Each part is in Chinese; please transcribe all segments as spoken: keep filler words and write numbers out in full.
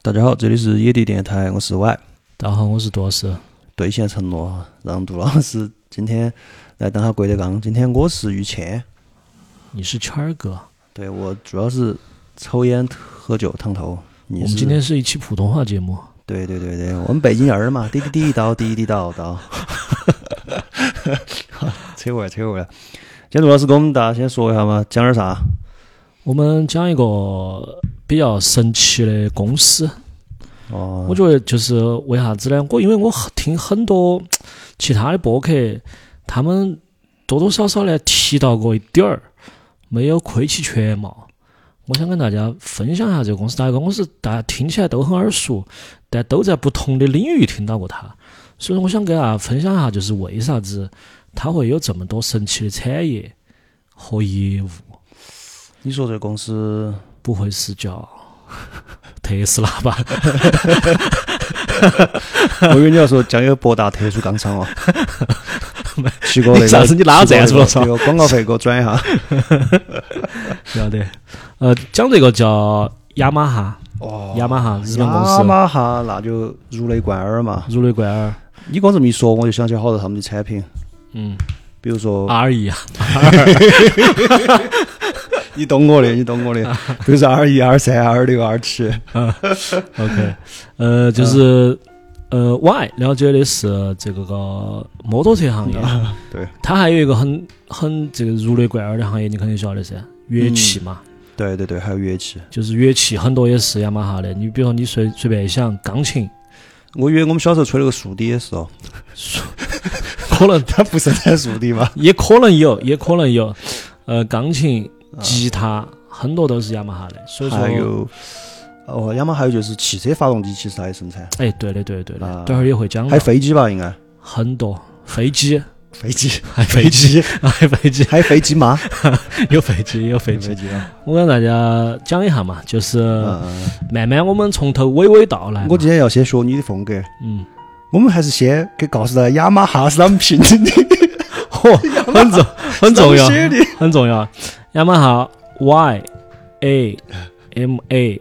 大家好，这里是野地电台，我是 Y。 大家好，我是杜老师。 兑现承诺，让杜老师今天来当下郭德纲。今天我是于谦， 你是圈儿哥。 对，我主要是抽烟、喝酒、烫头。我们今天是一期普通话节目。 对对对对，我们北京人嘛，滴滴滴到，滴滴到到。扯回来，扯回来。今天杜老师跟我们大家先说一下嘛，讲点啥？ 我们讲一个比较神奇的公司。 哦， 我觉得就是为啥子呢？我因为我听很多其他的播客，他们多多少少呢提到过一点儿，没有窥其全貌。我想跟大家分享一下这个公司。这个公司大家听起来都很耳熟，但都在不同的领域听到过它。所以说，我想跟大家分享一下，就是为啥子它会有这么多神奇的产业和业务。 你说这个公司不会是叫特斯拉吧？ 我以为你要说将有博大特殊钢厂哦。去过那个啥子？你哪个赞助了？ 这个广告费给我转一下。 要得。呃，讲这个叫雅马哈。哦，雅马哈日本公司。 雅马哈那就如雷贯耳嘛。 如雷贯耳。 你光这么一说，我就想起好多他们的产品。 嗯， 比如说 R E 啊。 你懂我的，你懂我的，比如说二一、二三、二六、二七。 OK， 呃，就是呃 ，Y 了解的是这个个摩托车行业。 对， 它还有一个很很这个如雷贯耳的行业，你肯定晓得噻，乐器嘛。 嗯、对对对，还有乐器， 就是乐器很多也是雅马哈的。你比如说，你随随便一想，钢琴。 我以为我们小时候吹那个竖笛也是哦。 可能它不是弹竖笛吗？ 也可能有，也可能有。呃，钢琴。吉他很多都是雅马哈的，所以说还有哦，雅马哈还有就是汽车发动机，其实还生产。 哎，对的，对的，对的，等会儿也会讲。 还有飞机吧，应该很多飞机， 飞机， 还飞机，还飞机， 还飞机吗？ 有飞机，有飞机。我跟大家讲一下嘛，就是慢慢我们从头娓娓道来。 我今天要先学你的风格， 嗯， 我们还是先给告诉大家，雅马哈是他们拼的。 嚯，很重，很重要，很重要。雅马哈 Y A M A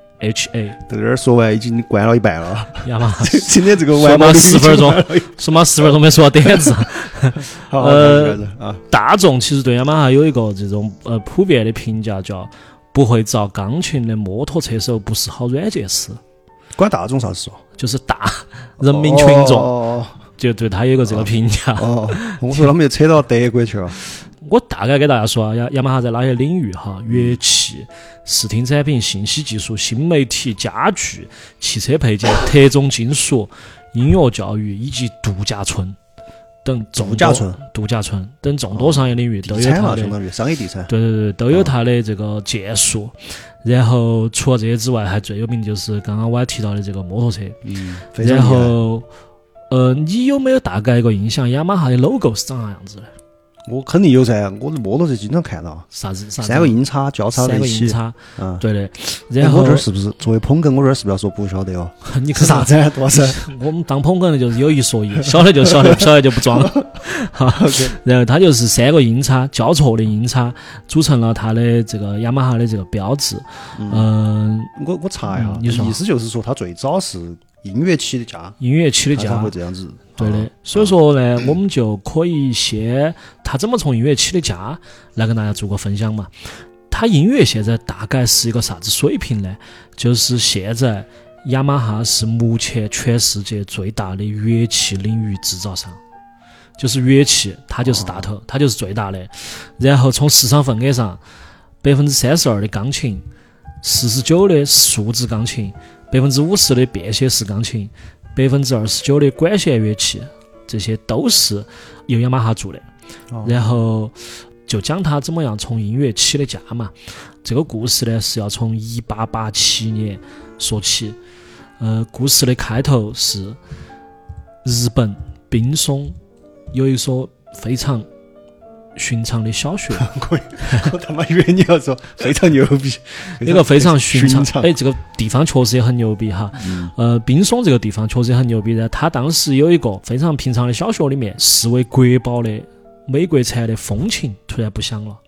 H A， 这点说完已经关了一半了。 雅马哈今天这个说嘛十分钟，说嘛十分钟没说到点子。 好， 呃，大众其实对雅马哈有一个这种呃普遍的评价，叫不会造钢琴的摩托车手不是好软件师。 关大众啥事哦？ 就是大人民群众。哦，就对他有一个这个评价。 哦，我说他们又扯到德国去了。 我大概给大家说啊，雅雅马哈在哪些领域哈？乐器、视听产品、信息技术、新媒体、家具、汽车配件、特种金属、音乐教育以及度假村等众多度假村、 度假村等众多商业领域都有它的相当于商业地产。 对对对，都有它的这个建树。然后除了这些之外，还最有名的就是刚刚我还提到的这个摩托车。 嗯， 然后呃，你有没有大概一个印象，雅马哈的 logo 是长啥样子的？ 我肯定有噻，我的摩托车经常看到啥子啥子三个音叉交叉在一起， 三个音叉， 嗯， 对的。然后我这儿是不是作为捧哏，我这儿是不是要说不晓得哦？ 你是啥子？多少？ 我们当捧哏的就是有一说一，晓得就晓得，不晓得就不装。好， okay. 然后它就是三个音叉交错的音叉组成了它的这个雅马哈的这个标志。嗯，呃、 我我查一下， 嗯、你说意思就是说它最早是音乐起的家， 音乐起的家会这样子。 对的，所以说呢，我们就可以先他怎么从音乐起的家来跟大家做个分享嘛。他音乐现在大概是一个啥子水平呢？就是现在雅马哈是目前全世界最大的乐器领域制造商，就是乐器它就是大头，它就是最大的。然后从市场份额上，百分之三十二的钢琴，四十九的数字钢琴，百分之五十的便携式钢琴。百分之二十九的管弦乐器，这些都是由雅马哈做的。哦、然后就讲他怎么样从音乐起的家嘛。这个故事呢是要从一八八七年说起。呃，故事的开头是日本滨松有一所非常寻常的小学。 我我他妈以为你要说非常牛逼， 一个非常寻常。哎，这个地方确实也很牛逼哈。嗯、呃，滨松这个地方确实也很牛逼的。他当时有一个非常平常的小学里面，视为国宝的美国产的风琴突然不响了。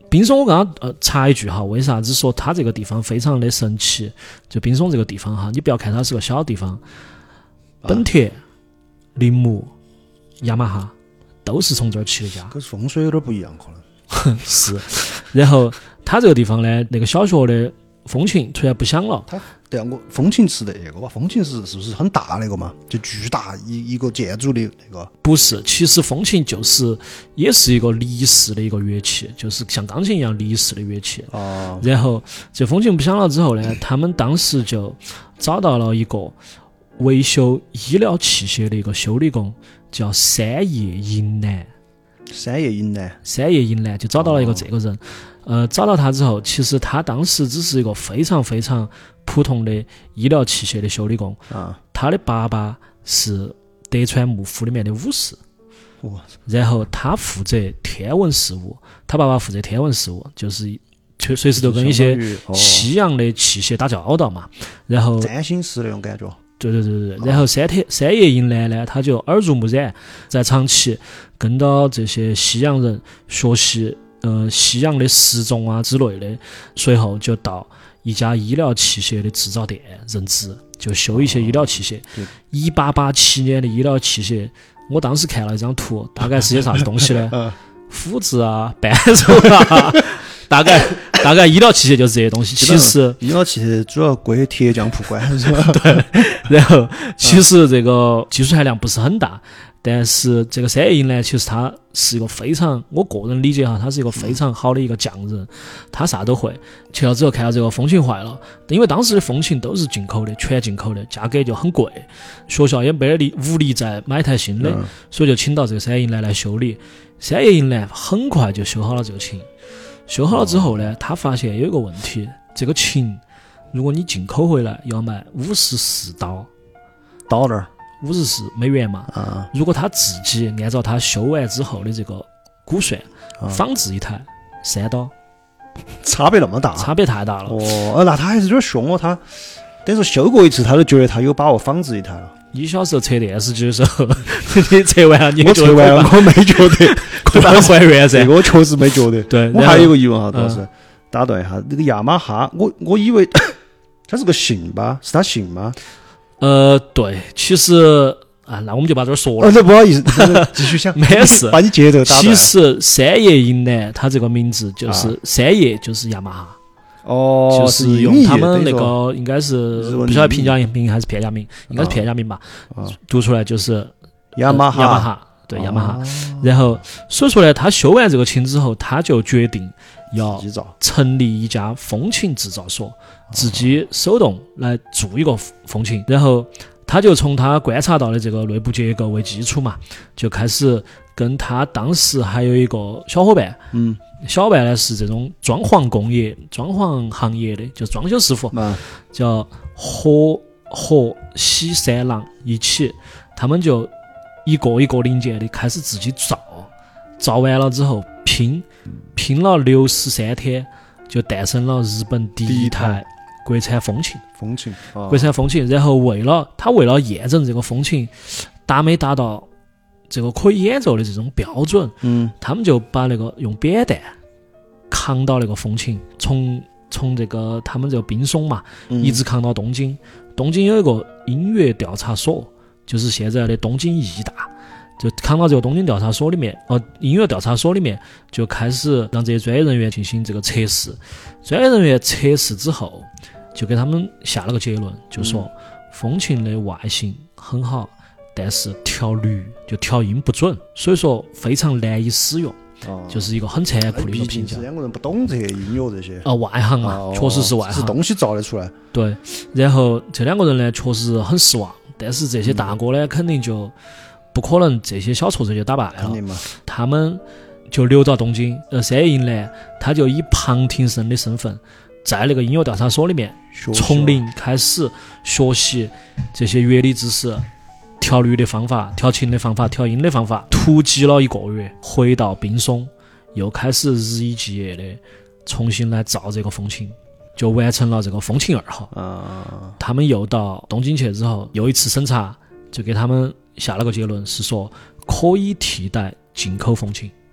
滨松我刚刚呃插一句哈，为啥子说它这个地方非常的神奇？就滨松这个地方哈，你不要看它是个小地方，本田、铃木、雅马哈都是从这儿起的家。 可是风水有点不一样，可能是。然后它这个地方呢，那个小学的风琴突然不响了。 它对啊，我风琴是那个吧？风琴是是不是很大那个嘛？就巨大一一个建筑的那个？ 不是，其实风琴就是也是一个立式的一个乐器，就是像钢琴一样立式的乐器。 哦。 然后这风琴不响了之后呢，他们当时就找到了一个维修医疗器械的一个修理工，叫三叶银南。 三叶银南。 三叶银南就找到了一个这个人。哦呃，找到他之后，其实他当时只是一个非常非常普通的医疗器械的修理工。 啊， 他的爸爸是德川幕府里面的武士， 哇， 然后他负责天文事务，他爸爸负责天文事务，就是随时都跟一些西洋的器械打交道嘛。然后占星师那种感觉。 对对对对对。然后三天三叶银南呢，他就耳濡目染，在长期跟到这些西洋人学习。呃，西洋的时钟啊之类的，随后就到一家医疗器械的制造店任职，就修一些医疗器械。一八八七年的医疗器械，我当时看了一张图，大概是些啥子东西呢？斧子啊，扳手啊，大概大概医疗器械就是这些东西。其实医疗器械主要归铁匠铺管是吧？ 对。然后其实这个技术含量不是很大。但是这个三叶银呢，其实他是一个非常，我个人理解哈，他是一个非常好的一个匠人，他啥都会。去了之后看到这个风琴坏了，因为当时的风琴都是进口的，全进口的，价格就很贵，学校也没得力无力再买台新的，所以就请到这个三叶银来来修理。三叶银呢，很快就修好了这个琴。修好了之后呢，他发现有一个问题，这个琴如果你进口回来要卖五十四刀， 刀那儿。 五十四美元嘛， 啊， 如果他自己按照他修完之后的这个估算， 啊、 仿制一台三刀， 差别那么大， 差别太大了。 哦，那他还是有点凶哦，他等于说修过一次，他都觉得他有把握仿制一台了。 你小时候测电视机的时候，你测完了，你我测完了，我没觉得， 可把它还原噻。 这个我确实没觉得。 对， 我还有一个疑问哈，倒是、 嗯、 打断一下，那个雅马哈，我我以为它是个姓吧？是他姓吗？ 呃，对，其实啊，那我们就把这儿说了。 哦，这不好意思，继续想。 没事， 把你节奏打断。 其实三叶银呢，它这个名字就是、啊、三叶就是雅马哈。 哦， 就是用他们那个应该是不晓得平假名还是片假名，应该是片假名吧。 啊、 读出来就是雅马哈， 雅马哈，对，雅马哈。然后所以说呢，他修完这个琴之后，他就决定要成立一家风琴制造所，自己手动来做一个风琴。然后他就从他观察到的这个内部结构为基础嘛，就开始跟他当时还有一个小伙伴， 嗯。 小伙伴呢是这种装潢工业、装潢行业的，就是装修师傅， 嗯、 叫何何喜三郎一起，他们就一个一个零件的开始自己造，造完了之后拼，拼了六十三天，就诞生了日本第一台国产风琴。 风琴，哦、 国产风琴。然后为了他为了验证这个风琴达没达到这个可以演奏的这种标准， 嗯， 他们就把那个用扁担扛到那个风琴，从从这个他们这个滨松嘛， 嗯、 一直扛到东京。东京有一个音乐调查所，就是现在的东京艺大，就扛到这个东京调查所里面，呃，音乐调查所里面就开始让这些专业人员进行这个测试。专业人员测试之后，就给他们下了个结论，就说、嗯、风琴的外形很好。但是调律就调音不准，所以说非常难以使用，哦、就是一个很残酷的一个评价。 两个人不懂这些音乐这些， 啊、呃，外行嘛，哦、确实是外行， 是东西造得出来。 对，然后这两个人呢，确实很失望。但是这些大哥呢，嗯、肯定就不可能这些小挫折就打败了。 肯定嘛， 他们就留到东京。呃，三叶银呢，他就以旁听生的身份，在那个音乐调查所里面从零开始学习这些乐理知识。调律的方法、调琴的方法、调音的方法，突击了一个月，回到滨松，又开始日以继夜的重新来造这个风琴，就完成了这个风琴二号。 啊、 他们又到东京去之后，又一次审查，就给他们下了个结论，是说可以替代进口风琴。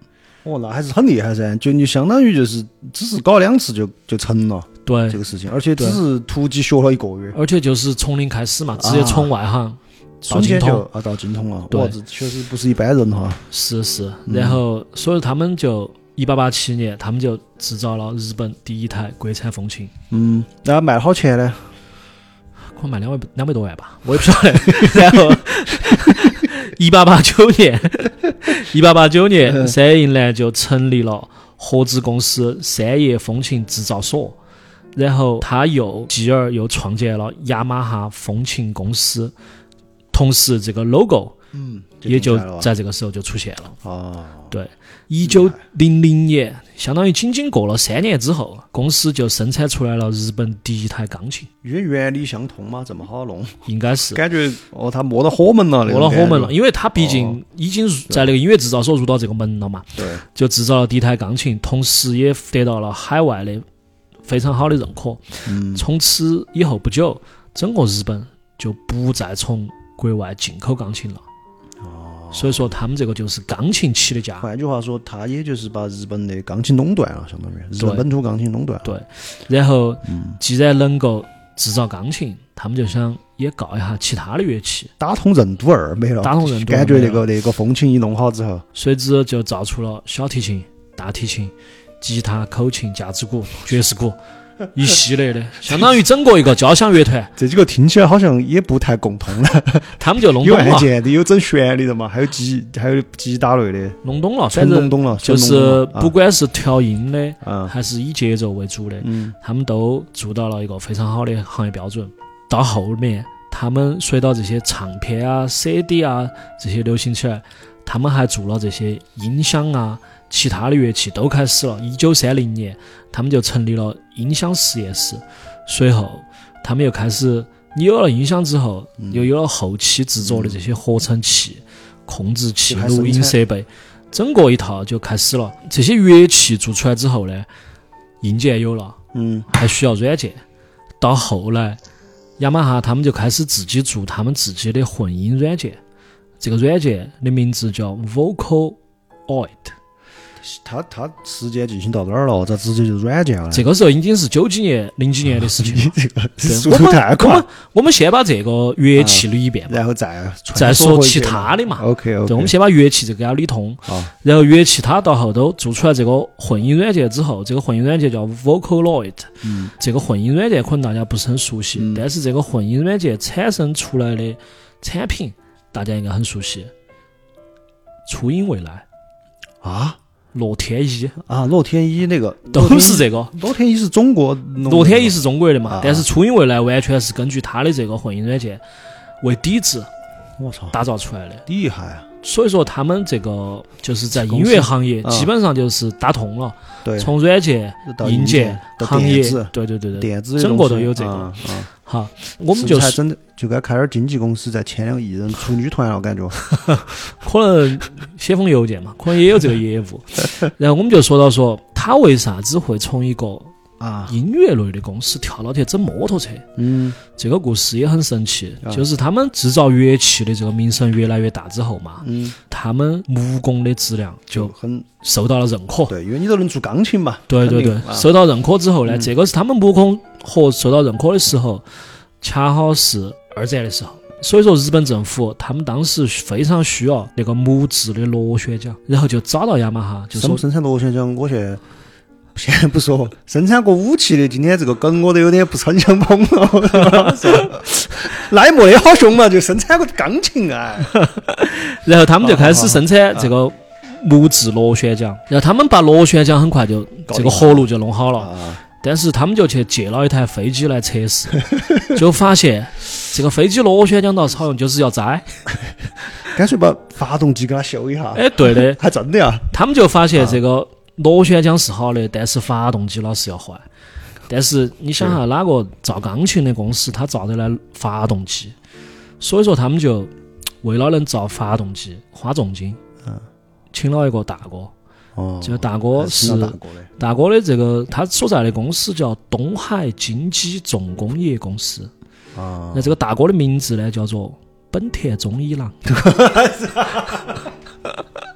哦，那还是很厉害噻，就你相当于就是只是搞两次就就成了。 对这个事情，而且只是突击学了一个月， 而且就是从零开始嘛，直接从外行到精通啊，到精通了。 对， 哇，这确实不是一般人哈。 是是，然后所以他们就一八八七年，他们就制造了日本第一台国产风琴。 嗯，那卖好钱呢？ 可能卖两百两百多万吧，我也不晓得。然后一八八九年，一八八九年，三银呢就成立了合资公司三叶风琴制造所。然后他又继而又创建了雅马哈风琴公司，同时这个 logo 嗯也就在这个时候就出现了。 哦， 对，一九零零年，相当于仅仅过了三年之后，公司就生产出来了日本第一台钢琴。 因为原理相通嘛，这么好弄， 应该是感觉哦，他摸到火门了， 摸到火门了，因为他毕竟已经在那个音乐制造所入到这个门了嘛。 对， 就制造了第一台钢琴，同时也得到了海外的非常好的认可。 嗯， 从此以后不久，整个日本就不再从国外进口钢琴了。哦，所以说他们这个就是钢琴起的家。 换句话说，他也就是把日本的钢琴垄断了，相当于日本本土钢琴垄断了。 对，然后、嗯、既然能够制造钢琴，他们就想也搞一下其他的乐器， 打通任督二脉了。 打通任督二脉， 感觉那个那个风琴一弄好之后， 随之就造出了小提琴、大提琴、吉他、口琴、架子鼓、爵士鼓一系列的，相当于整个一个交响乐团。 这几个听起来好像也不太共通了， 他们就弄懂了。 有按键的，有整旋律的嘛，还有吉，还有吉他类的， 弄懂了。反正弄懂了， 就是不管是调音的， 啊、 还是以节奏为主的， 嗯， 他们都做到了一个非常好的行业标准。到后面，他们随到这些唱片啊、C D 啊这些流行起来，他们还做了这些音响啊。其他的乐器都开始了。一九三零年，他们就成立了音响实验室。随后，他们又开始，你有了音响之后，嗯、又有了后期制作的这些合成器、控制器、录音设备，整个一套就开始了。这些乐器做出来之后呢，硬件有了， 嗯， 还需要软件。到后来，雅马哈他们就开始自己做他们自己的混音软件。这个软件的名字叫 Vocaloid。 他他时间进行到哪儿了？这直接就软件了。 这个时候已经是九几年、零几年的事情了。 这个速度太快。 我们我们先把这个乐器捋一遍、啊， 然后再再说其他的嘛。 OK OK。 对，我们先把乐器这个给它捋通。 好。 然后乐器它到后头做出来这个混音软件之后，这个混音软件叫 Vocaloid。 嗯。 这个混音软件可能大家不是很熟悉， 嗯、 但是这个混音软件产生出来的产品，大家应该很熟悉。初音未来。 啊。 洛天依啊，洛天依那个都是这个。 洛天依是中国， 洛天依是中国的嘛？ 啊、 但是初音未来完全是根据它的这个混音软件为底子， 我操， 打造出来的， 厉害啊！ 所以说他们这个就是在音乐行业基本上就是打通了， 对， 从软件、硬件、行业，对对对对， 电子整个都有这个。 啊啊、 好，我们就是真的就该开点经纪公司，再签两个艺人出女团了，感觉。 可能写封邮件嘛，可能也有这个业务。然后我们就说到说，他为啥子会从一个啊音乐类的公司跳到去整摩托车？ 嗯， 这个故事也很神奇， 啊、 就是他们制造乐器的这个名声越来越大之后嘛， 嗯， 他们木工的质量就很受到了认可。 对，因为你都能做钢琴嘛。 对对对， 啊、 受到认可之后呢， 嗯、 这个是他们木工和受到认可的时候，恰好是二战的时候。所以说，日本政府他们当时非常需要那个木质的螺旋桨，然后就找到雅马哈，就说生产螺旋桨，我现在先不说生产过武器的，今天这个梗我都有点不逞相碰了。那也没得好凶嘛，就生产个钢琴啊。 然后他们就开始生产这个木质螺旋桨，然后他们把螺旋桨很快就这个活路就弄好了。但是他们就去借了一台飞机来测试，就发现这个飞机螺旋桨倒是好用，就是要栽。 干脆把发动机给它修一下。 哎，对的， 还真的呀。 他们就发现这个螺旋桨是好的，但是发动机老是要坏。但是你想下，哪个造钢琴的公司他造得来发动机？所以说他们就为了能造发动机，花重金， 嗯， 请了一个大哥。 哦， 这个大哥是大哥的， 大哥的这个他所在的公司叫东海金基重工业公司啊。 那这个大哥的名字呢叫做本田忠一郎。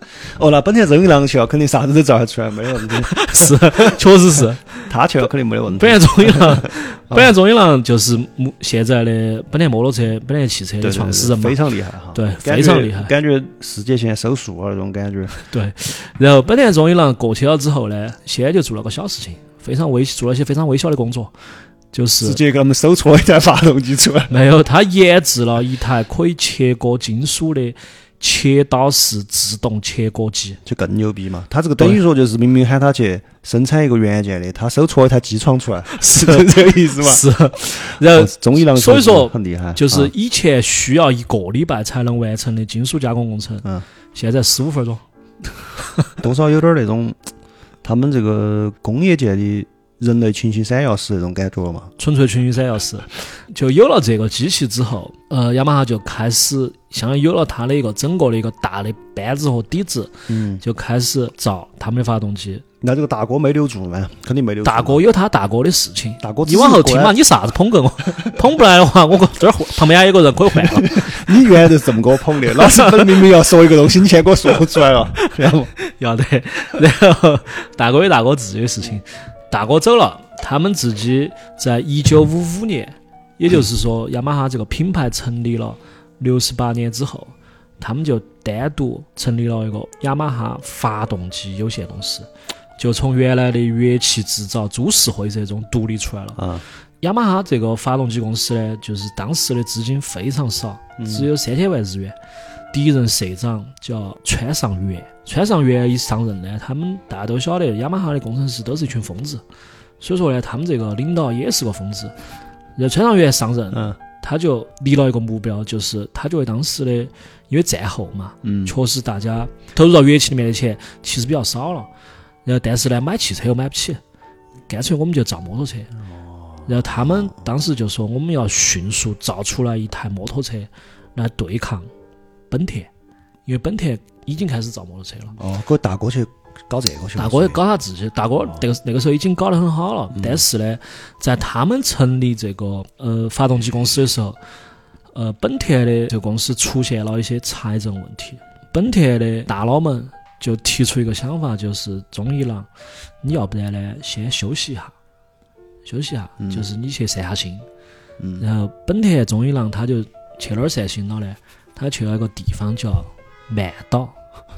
哦，那本田宗一郎去了，肯定啥子都造得出来，没得问题。 是，确实是。 他去了肯定没得问题。 本田宗一郎，本田宗一郎就是现在的本田摩托车、本田汽车的创始人嘛， 非常厉害哈。 对，非常厉害， 感觉世界现在收束了那种感觉。 对，然后本田宗一郎过去了之后呢，现在就做了个小事情，非常微做了一些非常微小的工作。就是直接给他们手搓一台发动机出来。 没有，他研制了一台可以切割金属的切刀式自动切割机， 就更牛逼嘛！他这个等于说就是明明喊他去生产一个元件的，他手搓一台机床出来，是这个意思嘛？ 是。然后中一郎所以说很厉害， 就是以前需要一个礼拜才能完成的金属加工工程，嗯，现在十五分钟， 多少有点那种他们这个工业界的。人类群星闪耀时那种感觉了嘛， 纯粹群星闪耀时，就有了这个机器之后，呃，雅马哈就开始相当于有了它的一个整个的一个大的班子和底子，嗯，就开始造他们的发动机。 那这个大哥没留住吗？肯定没留住。 大哥有他大哥的事情， 大哥你往后听嘛，你啥子捧哏哦？捧不来的话，我这儿旁边还有个人可以换了。 你原来就是这么给我捧的，老师明明要说一个东西，你先给我说出来了，然后要得，然后大哥有大哥自己的事情。大哥走了，他们自己在一九五五年，也就是说雅马哈这个品牌成立了六十八年之后，他们就单独成立了一个雅马哈发动机有限公司，就从原来的乐器制造株式会社中独立出来了。啊，雅马哈这个发动机公司呢，就是当时的资金非常少，只有三千万日元。第一任社长叫川上元，川上元一上任呢，他们大家都晓得雅马哈的工程师都是一群疯子，所以说呢，他们这个领导也是个疯子。然后川上元上任，嗯，他就立了一个目标，就是他觉得当时的因为战后嘛，嗯，确实大家投入到乐器里面的钱其实比较少了，然后但是呢，买汽车又买不起，干脆我们就造摩托车。然后他们当时就说，我们要迅速造出来一台摩托车来对抗本田，因为本田已经开始造摩托车了。 哦，给大哥去搞这个去。 大哥搞他自己，大哥那个那个时候已经搞得很好了。嗯、但是呢，在他们成立这个呃发动机公司的时候，呃，本田的这个公司出现了一些财政问题。本田的大佬们就提出一个想法，就是中一郎，你要不然呢，先休息一下，休息一下，嗯、就是你去散下心。嗯、然后本田中一郎他就去哪儿散心了呢？他去了一个地方叫曼岛，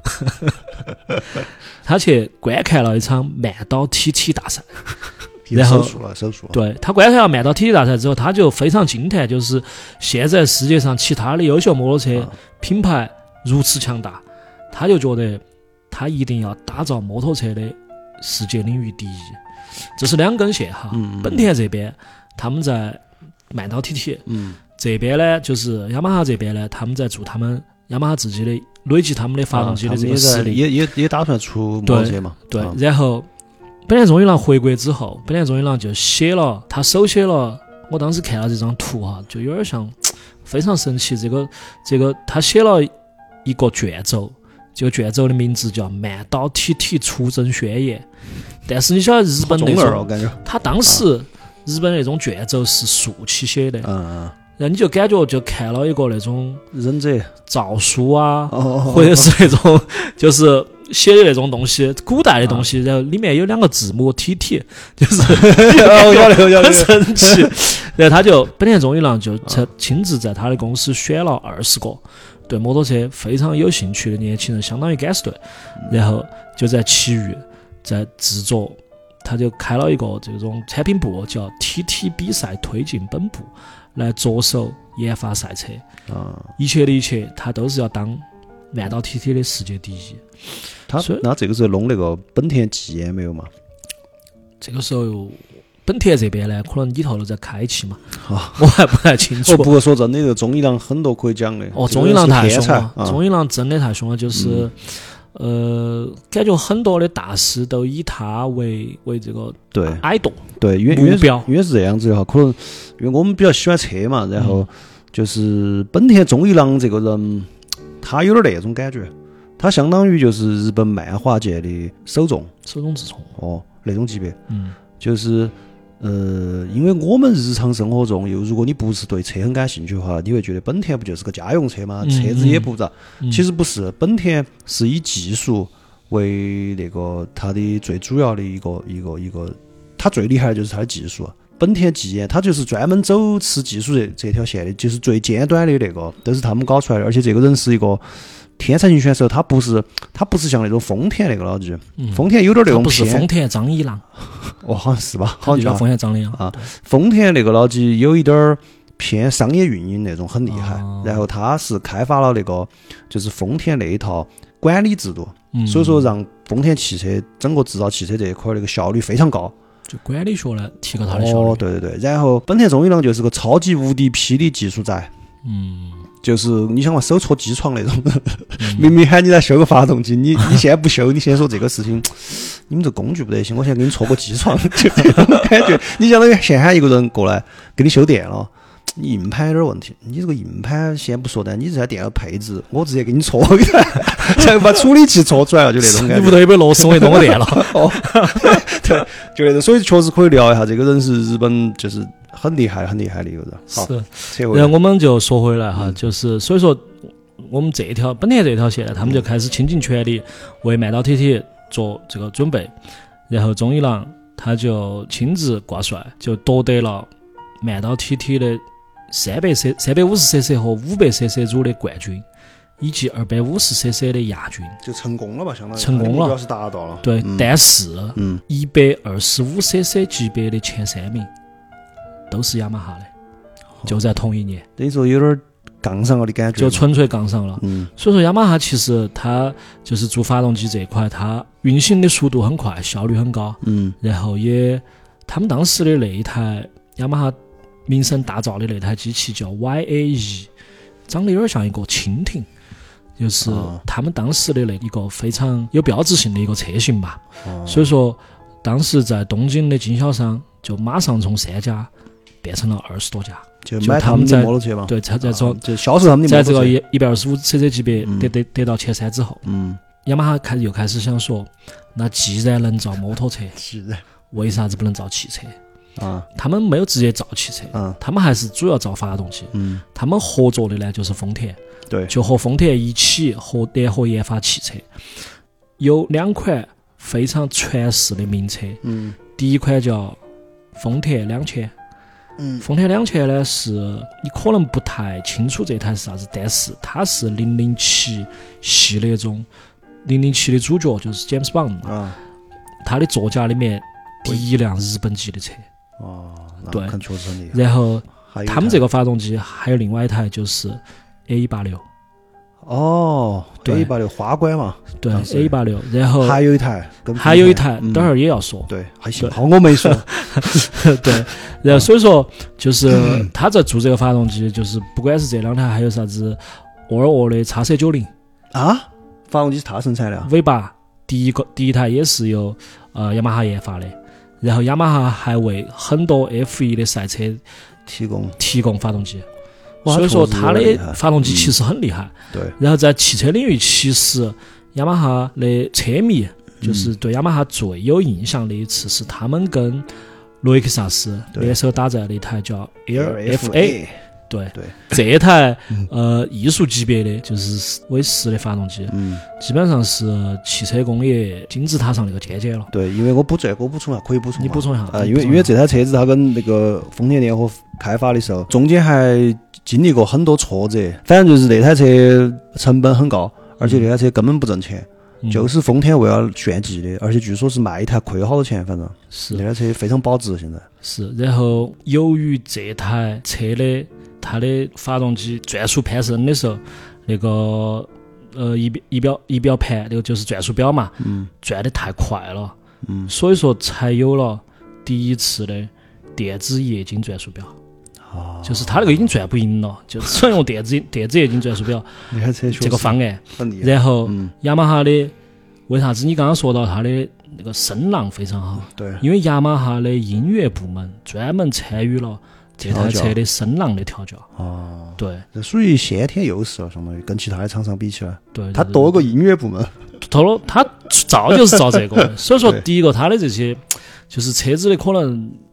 他去观看了一场曼岛 T T 大赛，然后手术了手术了。 对，他观看了曼岛 T T 大赛之后，他就非常惊叹，就是现在世界上其他的优秀摩托车品牌如此强大，他就觉得他一定要打造摩托车的世界领域第一。这是两根线哈。嗯、本田这边他们在曼岛 T T， 嗯。这边呢，就是雅马哈这边呢，他们在做他们雅马哈自己的累积他们的发动机的这个实力， 啊、也也也打算出摩托车嘛。 对，对啊、然后本田宗一郎回国之后，本田宗一郎就写了，他手写了，我当时看了这张图哈，就有点像非常神奇。这个这个他写了一个卷轴，这个卷轴的名字叫《曼岛 T T 出征宣言》，但是你晓得日本那种，他当时、啊、日本那种卷轴是竖起写的。嗯嗯。然后你就感觉就看了一个那种忍者诏书啊，哦、或者是那种就是写的那种东西，古代的东西，啊、然后里面有两个字母 T T， 就是很神奇。然后他就本田宗一郎就亲自在他的公司选了二十个对摩托车非常有兴趣的年轻人，相当于敢死队，然后就在其余在制作。他就开了一个这种产品部，叫 T T 比赛推进本部，来着手研发赛车。啊，一切的一切，他都是要当曼岛 T T 的世界第一。 他那这个时候弄那个本田技研没有嘛？ 这个时候本田这边呢，可能里头都在开启嘛。啊，我还不太清楚。 哦，不过说真的，这个中一郎很多可以讲的。 哦，中一郎太凶了，啊、中一郎真的太凶了，就是。嗯呃，感觉很多的大师都以他为为这个对爱豆对目标， 因为是这样子哈，可能因为我们比较喜欢车嘛，然后就是本田宗一郎这个人，他有点那种感觉，他相当于就是日本漫画界的手冢手冢治虫哦那种级别， 嗯， 就是呃，因为我们日常生活中，又如果你不是对车很感兴趣的话，你会觉得本田不就是个家用车吗？ 嗯、 车子也不咋、 嗯。 其实不是，本田是以技术为那个它的最主要的一个一个一个，它最厉害的就是它的技术。本田技研，它就是专门走吃技术这这条线的，就是最尖端的那个，都是他们搞出来的。而且这个人是一个天才型选手，他不是他不是像那种丰田那个老弟， 嗯、 丰田有点那种偏，不是丰田张一郎， 哦，好像是吧？好像叫丰田张一郎啊。丰田那个老弟有一点偏商业运营那种，很厉害。哦、然后他是开发了那个就是丰田那一套管理制度， 嗯、 所以说让丰田汽车整个制造汽车这一块那个效率非常高。 就管理学呢，提高它的效率。 哦，对对对。然后本田中一郎就是个超级无敌霹雳技术宅。 嗯。 就是你想嘛，手搓机床那种，嗯、明明喊你来修个发动机，你你现在不修，你先说这个事情，你们这工具不得行，我现在给你搓个机床，就这种感觉。你相当于先喊一个人过来给你修电了，你硬盘有点问题，你这个硬盘先不说的，你这台电脑配置，我直接给你搓一台，然后把处理器搓出来了，就那种感觉。 你屋头有没有螺丝？我给弄个电了。 哦，对，就那种，所以确实可以聊一下，这个人是日本就是很厉害、很厉害的一个人。 是，然后我们就说回来哈，嗯、就是所以说我们这一条本田这条线呢，他们就开始倾尽全力为麦岛 T T 做这个准备，然后中一郎他就亲自挂帅，就夺得了麦岛 T T 的三百 C、三百五十 C C 和五百 C C 组的冠军，以及二百五十 C C 的亚军， 就成功了吧？相当于成功了， 目标是达到了。 对， 嗯、 但是， 嗯， 一百二十五 C C 级别的前三名都是雅马哈的，就在同一年。 等于说有点杠上了的感觉， 就纯粹杠上了。 嗯， 所以说雅马哈其实它就是做发动机这一块，它运行的速度很快，效率很高。 嗯， 然后也他们当时的那一台雅马哈名声大噪的那台机器叫 Y A E， 长得有点像一个蜻蜓，就是他们当时的那一个非常有标志性的一个车型吧。 哦、 所以说当时在东京的经销商就马上从三家变成了二十多家。 就买他们的摩托车嘛， 对，在在说、 啊、就销售他们的摩托车， 在这个一一百二十五 C C 级别得得得到前三之后， 嗯， 雅马哈开始又开始想说，那既然能造摩托车， 是的， 为啥子不能造汽车？ 啊， 他们没有直接造汽车， 嗯， 他们还是主要造发动机， 嗯， 他们合作的呢就是丰田， 对， 就和丰田一起和联合研发汽车，有两款非常传世的名车， 嗯， 第一款叫丰田两千。 嗯， 丰田两千呢是你可能不太清楚这台是啥子，但是它是零零七系列中零零七的主角就是 James Bond 啊， 他的座驾里面第一辆日本籍的车。 哦， 对， 看确实很厉害。 然后他们这个发动机还有另外一台就是 A 一八六。 哦， 对 ，A 一八六花冠嘛， 对 A 一八六，然后还有一台， 还有一台， 嗯、 等会儿也要说。 对，还行，好，我没说。 对，然后所以说就是他在做这个发动机，就是不管是这两台，还有啥子沃尔沃的 X C 九十啊，发动机是他生产的 V 八，第一个第一台也是由呃雅马哈研发的，然后雅马哈还为很多 F 一 的赛车提供提供发动机。所以说它的发动机其实很厉害， 嗯、对。 然后在汽车领域，其实雅马哈的车迷就是对雅马哈最有印象的一次，是他们跟雷克萨斯联手打造的一台叫 Air F A， 对对， 这一台呃艺术级别的就是 V 十的发动机， 嗯， 基本上是汽车工业金字塔上那个尖尖了。 对，因为我补这个我补充下，可以补充。 你补充一下啊，因为因为这台车子它跟那个丰田联合开发的时候，中间还经历过很多挫折，反正就是那台车成本很高，而且那台车根本不挣钱，嗯、就是丰田为了炫技的，而且据说是卖一台亏了好多钱，反正是那台车非常保值现在。 是，然后由于这台车的它的发动机转速攀升的时候，那个呃仪仪表仪表盘那个就是转速表嘛， 嗯， 转得太快了， 嗯， 所以说才有了第一次的电子液晶转速表。 哦、 就是它那个已经转不赢了，就只能用电子电子液晶转速表这个方案。然后、嗯、雅马哈的为啥子你刚刚说到它的那个声浪非常好？ 对， 因为雅马哈的音乐部门专门参与了这台车的声浪的调教。 哦， 对， 这属于先天优势了，相当于跟其他的厂商比起来。 对，对它多个音乐部门。 他了，他造就是造这个，所以说第一个它的这些就是车子的可能。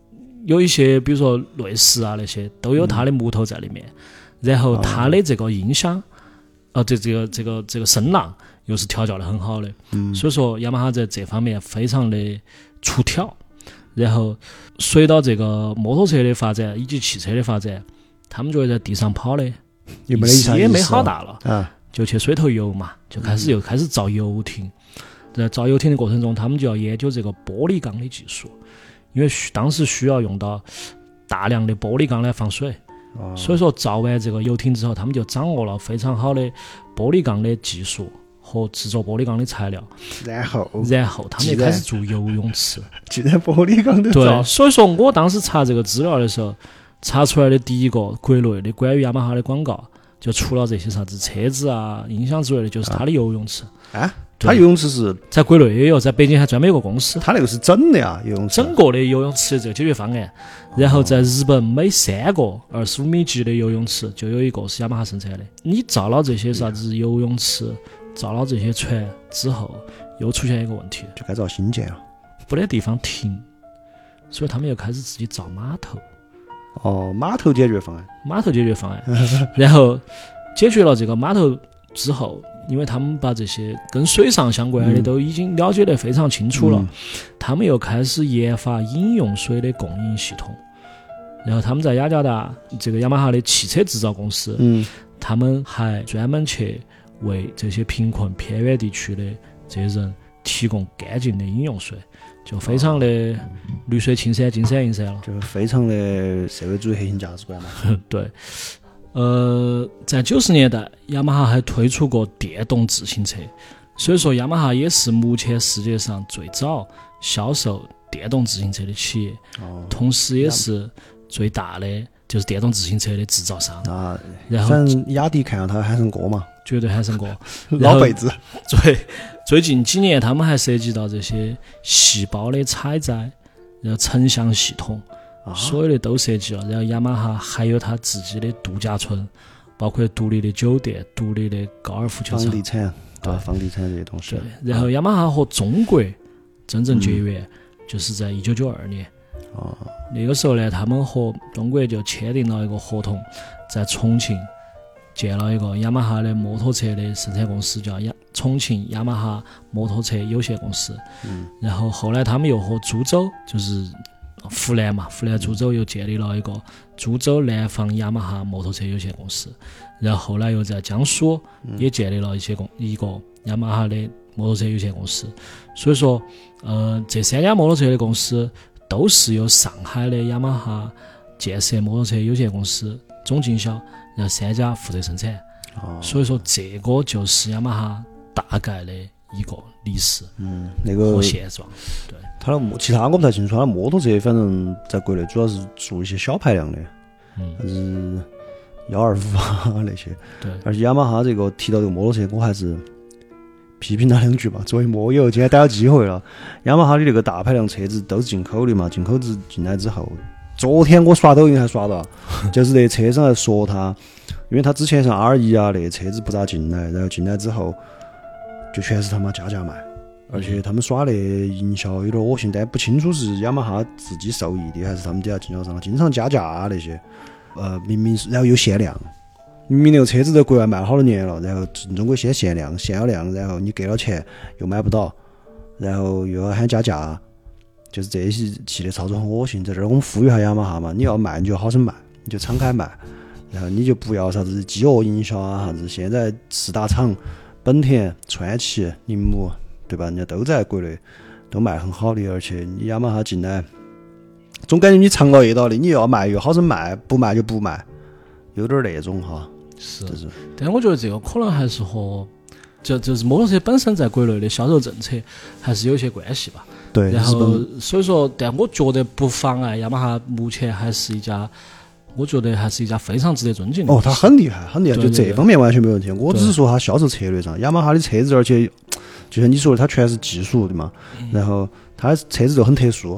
有一些比如说内饰啊那些都有它的木头在里面，然后它的这个音响，呃，这这个这个这个声浪又是调教的很好的， 嗯， 所以说雅马哈在这方面非常的出挑。然后随着这个摩托车的发展以及汽车的发展，他们觉得在地上跑的也没也没好大了， 啊， 就去水头游嘛，就开始又开始造游艇。在造游艇的过程中，他们就要研究这个玻璃钢的技术，因为当时需要用到大量的玻璃钢来防水， 哦、 所以说造完这个游艇之后，他们就掌握了非常好的玻璃钢的技术和制作玻璃钢的材料。 然后， 然后他们就开始做游泳池。 既然玻璃钢都对，所以说我当时查这个资料的时候，查出来的第一个国内的关于雅马哈的广告，就除了这些啥子车子啊、音响之类的，就是它的游泳池啊。它游泳池是在国内也有，在北京还专门有个公司。 它那个是整的呀，游泳池整个的游泳池的这个解决方案。然后在日本每三个二十五米级的游泳池就有一个是雅马哈生产的。你造了这些啥子游泳池，造了这些船之后，又出现一个问题， 就该造新建了， 没得地方停，所以他们又开始自己造码头。 哦，码头解决方案， 码头解决方案。然后解决了这个码头之后，因为他们把这些跟水上相关的都已经了解得非常清楚了，嗯、他们又开始研发饮用水的供应系统。然后他们在雅加达这个雅马哈的汽车制造公司， 嗯， 他们还专门去为这些贫困偏远地区的这些人提供干净的饮用水，就非常的绿水青山、金山银山了， 就非常的社会主义核心价值观嘛。 对。呃，在九十年代，雅马哈还推出过电动自行车，所以说雅马哈也是目前世界上最早销售电动自行车的企业， 哦、 同时也是最大的就是电动自行车的制造商。 啊， 然后反正雅迪看到他喊声哥嘛， 绝对喊声哥， 老辈子。 最最近几年，他们还涉及到这些细胞的采摘，然后成像系统。所有的都涉及了，然后雅马哈还有它自己的度假村，包括独立的酒店、独立的高尔夫球场、 房地产，对，房地产这些东西。 对，然后雅马哈和中国真正结缘，嗯、就是在一九九二年。 哦， 那个时候呢，他们和中国就签订了一个合同，在重庆建了一个雅马哈的摩托车的生产公司，叫雅重庆雅马哈摩托车有限公司。 嗯， 然后后来他们又和株洲，就是湖南嘛，湖南株洲又建立了一个株洲南方雅马哈摩托车有限公司，然后后来又在江苏也建立了一些公一个雅马哈的摩托车有限公司。所以说，呃，这三家摩托车的公司都是由上海的雅马哈建设摩托车有限公司总经销，然后三家负责生产。 哦， 所以说这个就是雅马哈大概的一个历史， 嗯，那个和现状，对。 它的其他我不太清楚，它的摩托车反正在国内主要是做一些小排量的， 嗯， 是幺二五啊那些。 对。 而且雅马哈这个提到这个摩托车，我还是批评他两句吧。作为摩友，今天逮到机会了。雅马哈的那个大排量车子都是进口的嘛，进口子进来之后，昨天我刷抖音还刷到，就是那车上在说他，因为他之前像 R 一啊那些车子不咋进来，然后进来之后就全是他妈加价卖。而且他们耍的营销有点恶心，但不清楚是雅马哈自己受益的还是他们底下经销商，经常加价啊那些。呃，明明然后又限量，明明那个车子在国外卖了好多年了，然后进中国先限量，限了量，然后你给了钱又买不到，然后又要喊加价，就是这一系列操作很恶心。在这儿我们呼吁一下雅马哈嘛，你要卖你就好生卖，你就敞开卖，然后你就不要啥子饥饿营销啊啥子。现在四大厂本田、川崎、铃木。对吧？人家都在国内都卖很好的，而且你雅马哈进来，总感觉你藏了一道的，你又要卖又好生卖，不卖就不卖，有点那种哈。 是，是但我觉得这个可能还是和就就是摩托车本身在国内的销售政策还是有些关系吧。 对， 然后所以说，但我觉得不妨碍雅马哈目前还是一家。我觉得还是一家非常值得尊敬的。 哦，他很厉害，很厉害，就这方面完全没问题。我只是说他销售策略上，雅马哈的车子，而且就像你说的，它全是技术的嘛。然后它车子就很特殊，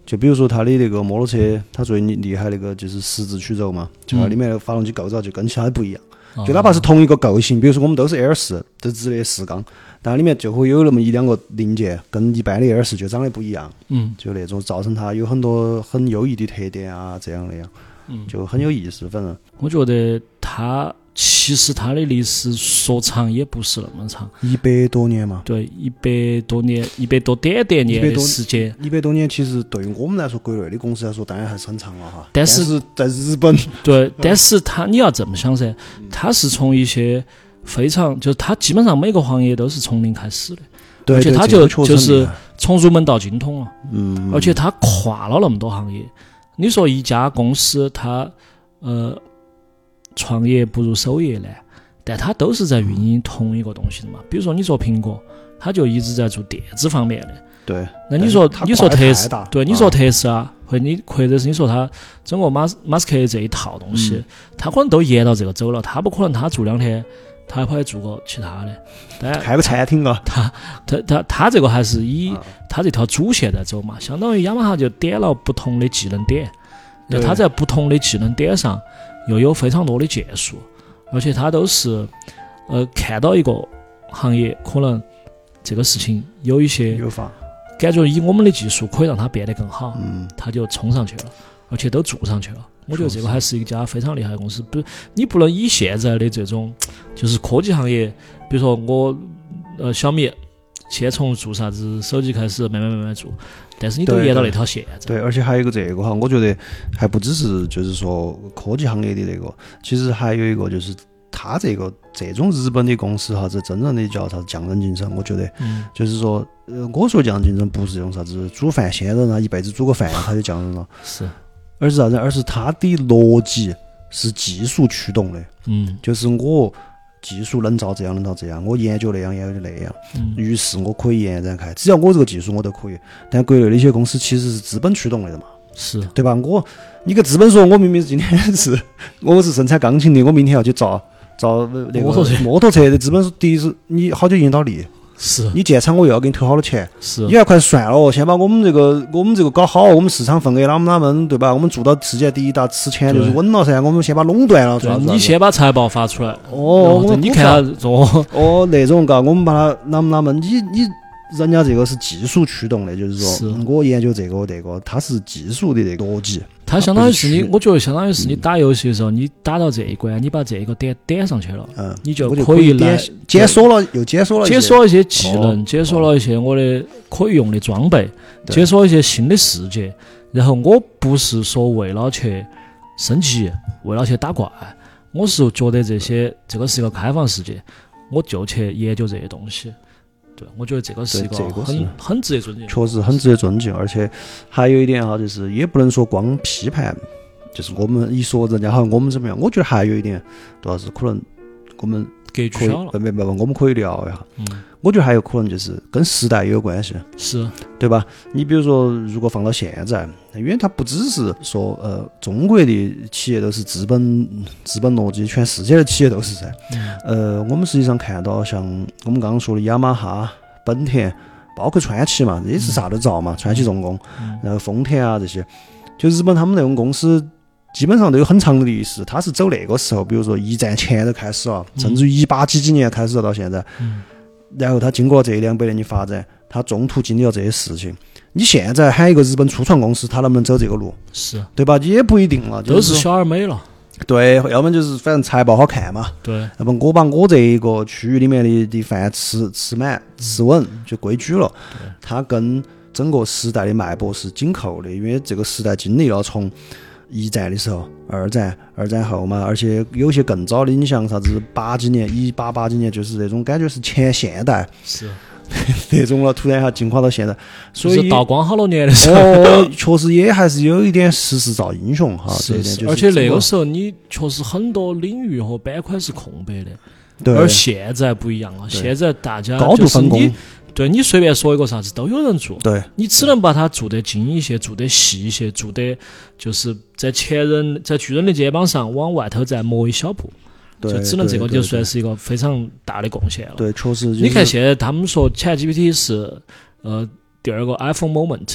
就比如说它的那个摩托车，它最厉厉害那个就是十字曲轴嘛，就它里面的发动机构造就跟其他的不一样。就哪怕是同一个构型，比如说我们都是 L 四，都直列四缸，但里面就会有那么一两个零件跟一般的 L 四就长得不一样。 嗯， 就那种造成它有很多很优异的特点啊，这样那样， 嗯， 就很有意思。反正我觉得它其实它的历史说长也不是那么长， 一百多年嘛。 对，一百多年，一百多点点年的时间。 一百多年，其实对于我们来说，国内的公司来说，当然还是很长了哈。 但是在日本， 对，但是它你要这么想噻，它是从一些非常，就是它基本上每个行业都是从零开始的， 对， 而且它就就就是从入门到精通了， 嗯， 而且它跨了那么多行业。你说一家公司它呃创业不入首页呢？但它都是在运营同一个东西的嘛，比如说你说苹果，它就一直在做电子方面的。 对。 那你说你说特斯拉，对，你说啊特斯拉，或你或者是你说它整个马斯马斯克这一套东西，它可能都沿到这个走了，它不可能他做两天，他还跑去做个其他的。但开个餐厅啊。 他他他他这个还是以他这条主线在走嘛，相当于雅马哈就点了不同的技能点，那他在不同的技能点上又有非常多的建树。而且他都是，呃，看到一个行业可能这个事情有一些有法， 感觉以我们的技术可以让它变得更好， 嗯， 他就冲上去了，而且都做上去了。我觉得这个还是一家非常厉害的公司。不，你不能以现在的这种就是科技行业，比如说我呃小米，先从做啥子手机开始，慢慢慢慢做。但是你都沿到那条线在。 对，而且还有一个这个哈，我觉得还不只是就是说科技行业的那个，其实还有一个就是他这个这种日本的公司哈，这真正的叫啥子匠人精神，我觉得， 嗯， 就是说，呃，我说匠人精神不是用啥子煮饭先人啊，一辈子煮个饭他就匠人了， 是， 而是啥子？而是他的逻辑是技术驱动的， 嗯， 就是我。技术能造这样能造这样，我研究那样研究那样， 嗯， 于是我可以延展开，只要我这个技术我都可以。但国内的一些公司其实是资本驱动的嘛， 是对吧？我你个资本说，我明明今天是我是生产钢琴的，我明天要去造造那个摩托车摩托车的资本说，第一是你好久引导力， 是你建厂我又要给你投好多钱， 是你还快算了哦，先把我们这个我们这个搞好，我们市场份额啷么啷么，对吧？我们做到世界第一大，吃钱就是稳了噻，我们先把垄断了， 对，你先把财报发出来， 哦， 我你看哦哦那种嘎，我们把它啷么啷么，你你。人家这个是技术驱动的，就是说是我研究这个这个，它是技术的这个逻辑。 它相当于是你，我觉得相当于是你打游戏的时候，你打到这一关，你把这个点点上去了， 嗯， 你就可以来解锁了，又解锁了解锁一些技能，解锁了一些我的可以用的装备，解锁一些新的世界。然后我不是说为了去升级，为了去打怪，我是觉得这些这个是一个开放世界，我就去研究这些东西。对，我觉得这个是一个很很值得尊敬， 确实很值得尊敬。而且还有一点哈，就是也不能说光批判，就是我们一说人家好像我们怎么样，我觉得还有一点，主要是可能我们可以不不不，我们可以聊一下。 嗯， 我觉得还有可能就是跟时代也有关系， 是对吧？你比如说，如果放到现在，因为它不只是说呃中国的企业都是资本资本逻辑，全世界的企业都是噻。 嗯、 呃，我们实际上看到像我们刚刚说的雅马哈、本田，包括川崎嘛，也是啥都造嘛，川崎重工， 嗯、 然后丰田啊这些，就日本他们那种公司。基本上都有很长的历史，他是走那个时候，比如说一战前就开始了，甚至于一八几几年开始了到现在， 嗯、 然后他经过这一两百年的发展，他中途经历了这些事情。你现在喊一个日本初创公司，他能不能走这个路？ 是， 对吧？也不一定了， 都是小而美了。 对，要么就是反正财报好看嘛， 对， 要不我把我这一个区域里面的的饭吃吃满吃稳就规矩了。它跟整个时代的脉搏是紧扣的，因为这个时代经历了从一战的时候，二战，二战后嘛，而且有些更早的，你像啥子八几年，一八八几年，就是那种感觉是前现代， 是那种了，突然一下进化到现在，所以就是道光好多年的时候， 哦，确实也还是有一点时势造英雄哈， 是是是， 而且那个时候你确实很多领域和板块是空白的， 对， 而现在不一样了，现在大家高度分工。 对，你随便说一个啥子都有人做， 对， 你只能把它做得精一些，做得细一些，做得就是在前人在巨人的肩膀上往外头再磨一小步， 对， 就只能这个就算是一个非常大的贡献了。 对，确实、就是。 你看现在他们说 ChatGPT 是呃第二个 iPhone moment，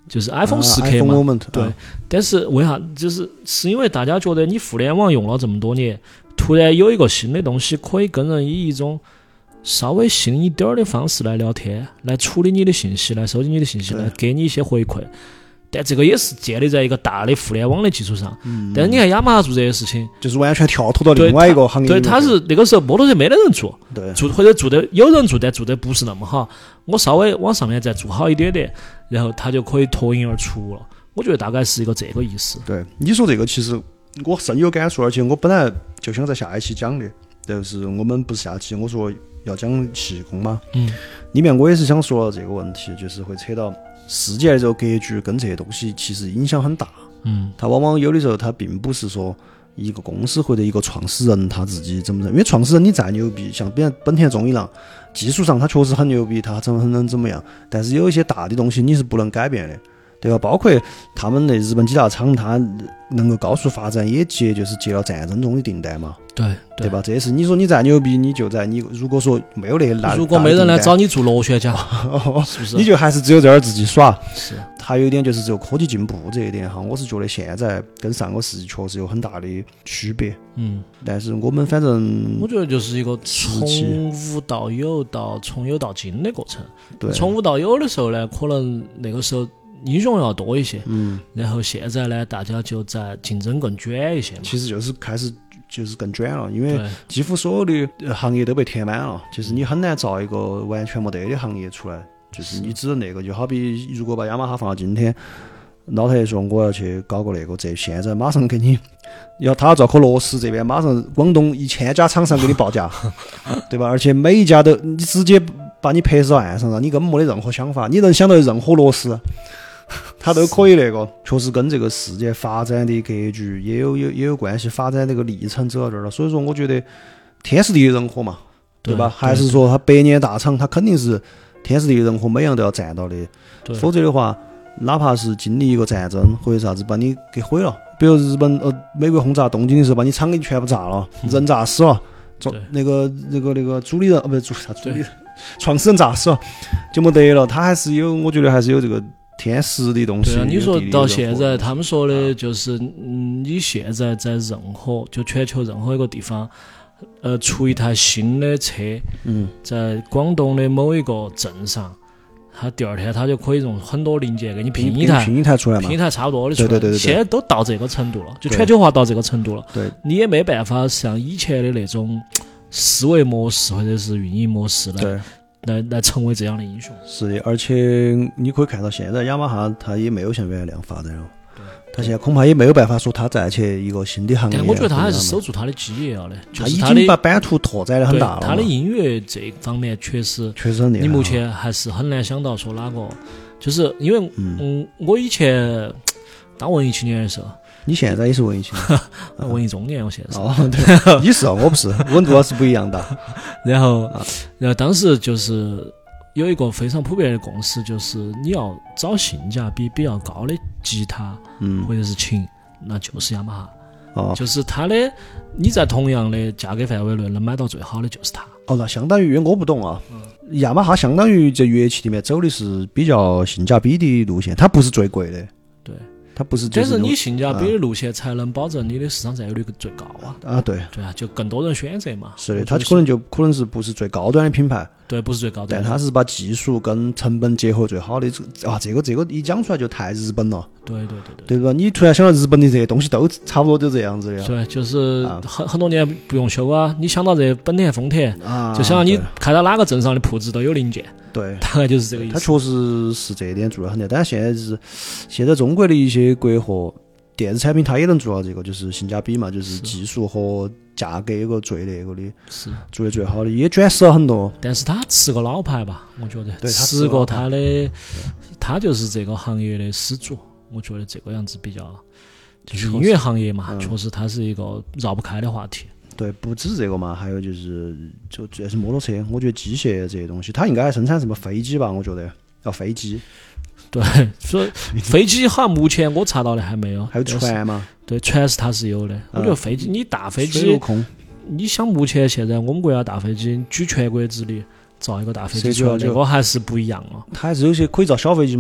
就是 iPhone 四 K 啊嘛， ，iPhone Moment， 对。 啊但是为啥？就是是因为大家觉得你互联网用了这么多年，突然有一个新的东西可以跟人以一种稍微新一点儿的方式来聊天，来处理你的信息，来收集你的信息，来给你一些回馈。但这个也是建立在一个大的互联网的基础上。嗯、但是你看雅马哈做这些事情， 就是完全跳脱到另外一个行业。 对，他是那个时候摩托车没得人做， 对， 做或者做的有人做，但做的不是那么好。我稍微往上面再做好一点点，然后他就可以脱颖而出了。我觉得大概是一个这个意思。 对，你说这个其实我深有感触，而且我本来就想在下一期讲的，就是我们不是下期我说要讲气功嘛， 嗯， 里面我也是想说这个问题，就是会扯到世界的这个格局跟这些东西其实影响很大。 嗯， 它往往有的时候它并不是说一个公司或者一个创始人他自己怎么怎么，因为创始人你再牛逼，像比如本田中一郎，技术上他确实很牛逼，他怎么能怎么样，但是有一些大的东西你是不能改变的。对吧？包括他们的日本几大厂，它能够高速发展，也接就是接了战争中的订单嘛。 对对, 对吧？这也是你说你再牛逼，你就在你如果说没有那些大， 如果没人来找你做螺旋桨，是不是？ 你就还是只有在这儿自己耍。 是。 还有一点就是这个科技进步这一点哈，我是觉得现在跟上个世纪确实有很大的区别。 嗯。 但是我们反正我觉得就是一个从无到有到从有到精的过程。 对。 从无到有的时候呢，可能那个时候英雄要多一些， 嗯， 然后现在呢，大家就在竞争更卷一些嘛。 其实就是开始就是更卷了，因为几乎所有的行业都被填满了，就是你很难造一个完全没得的行业出来，就是你只能那个，就好比如果把雅马哈放到今天，老太爷说我要去搞个那个，这现在马上给你要他要造颗螺丝，这边马上广东一千家厂商给你报价，对吧？而且每一家都你直接把你拍到岸上了，你根本没得任何想法，你能想到任何螺丝。它都可以那个，确实跟这个世界发展的格局也有有也有关系，发展这个历程走到这儿了。所以说，我觉得天时地利人和嘛，对吧？ 对还是说它百年大厂，它肯定是天时地利人和每样都要占到的，否则的话，哪怕是经历一个战争或者啥子把你给毁了，比如日本呃美国轰炸东京的时候，把你厂给全部炸了，嗯、人炸死了，那个那个那个主理人呃不是主啥主理人，创始人炸死了，就没得了。他还是有，我觉得还是有这个。天时的东西。 对啊，你说到现在，他们说的就是，嗯，你现在在任何就全球任何一个地方，呃，出一台新的车， 嗯， 在广东的某一个镇上，他第二天他就可以用很多零件给你拼一台， 拼一台出来嘛， 拼一台差不多的出来。 对对对对。 现在都到这个程度了，就全球化到这个程度了。 对。 你也没办法像以前的那种思维模式或者是运营模式来。 对。 来来成为这样的英雄， 是的，而且你可以看到现在雅马哈它也没有像原来那样发展了，它现在恐怕也没有办法说它再去一个新的行业。 但我觉得它还是守住它的基业了的， 它已经把版图拓展的很大了。 它的音乐这方面确实确实很厉害， 你目前还是很难想到说哪个，就是因为嗯，嗯我以前当文艺青年的时候。 你现在也是文艺青年，文艺中年，我现在是。 哦，对，你是，我不是，温度是不一样的。 然后，然后当时就是有一个非常普遍的共识，就是你要找性价比比较高的吉他， 嗯， 或者是琴，那就是雅马哈。 哦， 就是它的，你在同样的价格范围内能买到最好的就是它。 哦，那相当于我不懂啊，嗯、雅马哈相当于这乐器里面走的是比较性价比的路线，它不是最贵的。 对。 它不是， 但是你性价比的路线才能保证你的市场占有率最高啊！ 啊，对， 对啊，就更多人选择嘛。 是的，它可能就可能是不是最高端的品牌， 对，不是最高端， 但它是把技术跟成本结合最好的。啊，这个这个一讲出来就太日本了。 对对对对，对吧？你突然想到日本的这些东西都差不多就这样子的。 对，就是很很多年不用修啊，你想到这本田、丰田， 啊， 就想到你开到哪个镇上的铺子都有零件。 对， 大概就是这个意思。 它确实是这一点做得很厉害，但是现在是现在中国的一些国货。电子产品它也能做到这个，就是性价比嘛，就是技术和价格有个最那个的， 是做的最好的，也卷死了很多。 但是它吃个老牌吧，我觉得， 对， 吃过它的，它就是这个行业的始祖。我觉得这个样子比较，就是音乐行业嘛，嗯、确实它是一个绕不开的话题。 对，不止这个嘛，还有就是就主要是摩托车，我觉得机械这些东西，它应该还生产什么飞机吧？我觉得要飞机。 对，所以飞机好像目前我查到的还没有。 还有船嘛？ 对，船是它是有的。我觉得飞机，你大飞机，你想目前现在我们国家大飞机举全国之力造一个大飞机出来，这个还是不一样了。 它还是有些可以造小飞机嘛，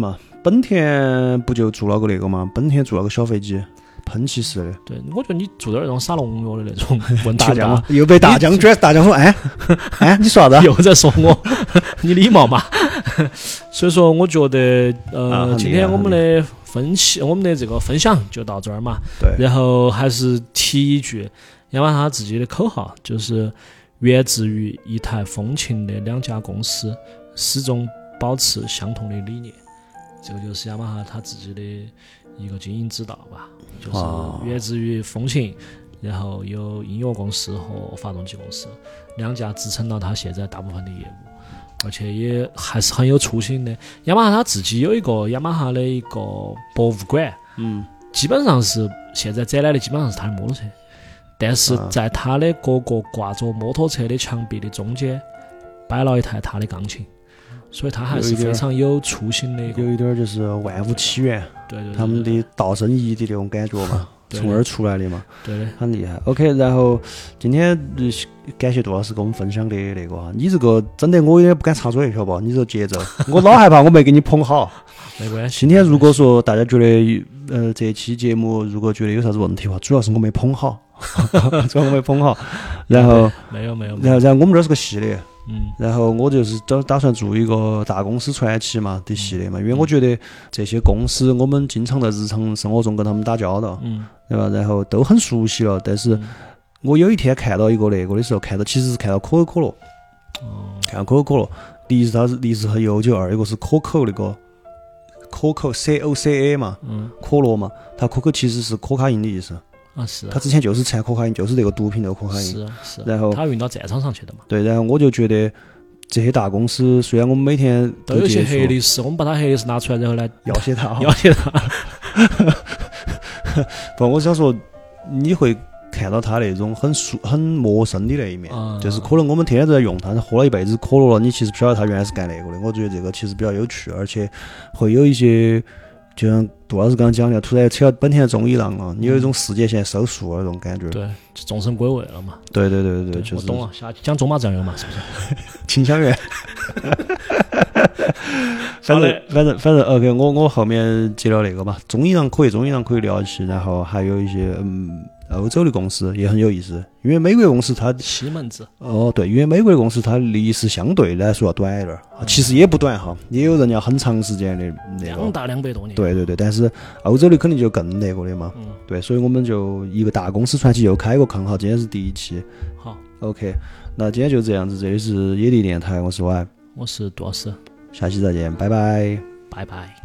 本田不就做了个那个嘛？本田做了个小飞机，喷气式的。 对，我觉得你做点那种撒农药的那种问题大疆大， 又被大疆居然大疆说，哎哎，你说啥子？ 又在说我，你礼貌嘛？所以说，我觉得呃， 啊今天我们的分析，我们的这个分享就到这儿嘛。 对， 然后还是提一句，雅马哈自己的口号就是源自于一台风琴的两家公司始终保持相同的理念，这个就是雅马哈他自己的一个经营之道吧，就是源自于风琴，然后有音乐公司和发动机公司两家支撑了他现在大部分的业务，而且也还是很有初心的。雅马哈他自己有一个雅马哈的一个博物馆， 嗯， 基本上是现在展览的基本上是他的摩托车，但是在他的各个挂着摩托车的墙壁的中间摆了一台他的钢琴，所以他还是非常有初心的一个， 有一点就是万物起源， 对 对, 对， 他们的道生一的那种感觉嘛，从那儿出来的嘛， 对的， 很厉害。OK， 然后今天感谢杜老师给我们分享的那个哈，你这个真的我有点不敢插嘴，晓得不？你这个节奏，我老害怕我没给你捧好。 没关系。 今天如果说大家觉得呃这期节目如果觉得有啥子问题的话，主要是我没捧好，主要我没捧好。然后没有没有， 然后然后我们这是个系列。 嗯， 然后我就是打打算做一个大公司传奇嘛的系列嘛，因为我觉得这些公司我们经常在日常生活中跟他们打交道， 嗯， 对吧？然后都很熟悉了，但是我有一天看到一个那个的时候，看到其实是看到可口可乐， 哦， 看到可口可乐，第一是它是历史很悠久，二一个是可口那个可口 C O C A 嘛， 嗯， 可乐嘛，它可口其实是可卡因的意思。 啊是啊， 他之前就是产可卡因，就是那个毒品那个可卡因。 是啊是啊， 然后他运到战场上去的嘛。 对，然后我就觉得这些大公司，虽然我们每天都有些黑历史，我们把它黑历史拿出来，然后来要挟他， 要挟他。 不，我想说，你会看到他那种很熟、很陌生的那一面， 啊、 就是可能我们天天都在用它，喝了一辈子可乐了，你其实不晓得他原来是干那个的。我觉得这个其实比较有趣，而且会有一些。就像杜老师刚刚讲的，突然扯到本田的中一郎了，你有一种世界线收束了那种感觉。 对，就终身归位了嘛。 对对对对， 对就是。 我懂了，下期讲中马酱油嘛，是不是？ 秦香园。反正反正反正 OK， 我我后面接了那个嘛，中一郎可以中一郎可以聊起，然后还有一些嗯欧洲的公司也很有意思，因为美国公司它西门子哦对，因为美国公司它历史相对来说要短一点，其实也不短哈，也有人要很长时间的那个两大两百多年。 对对对，但是欧洲的肯定就更那个的嘛， 嗯， 对，所以我们就一个大公司传奇又开个坑哈，今天是第一期。 好 ，OK， 那今天就这样子，这里是野地电台，我是 Y， 我是杜老师， 下期再见，拜拜， 拜拜。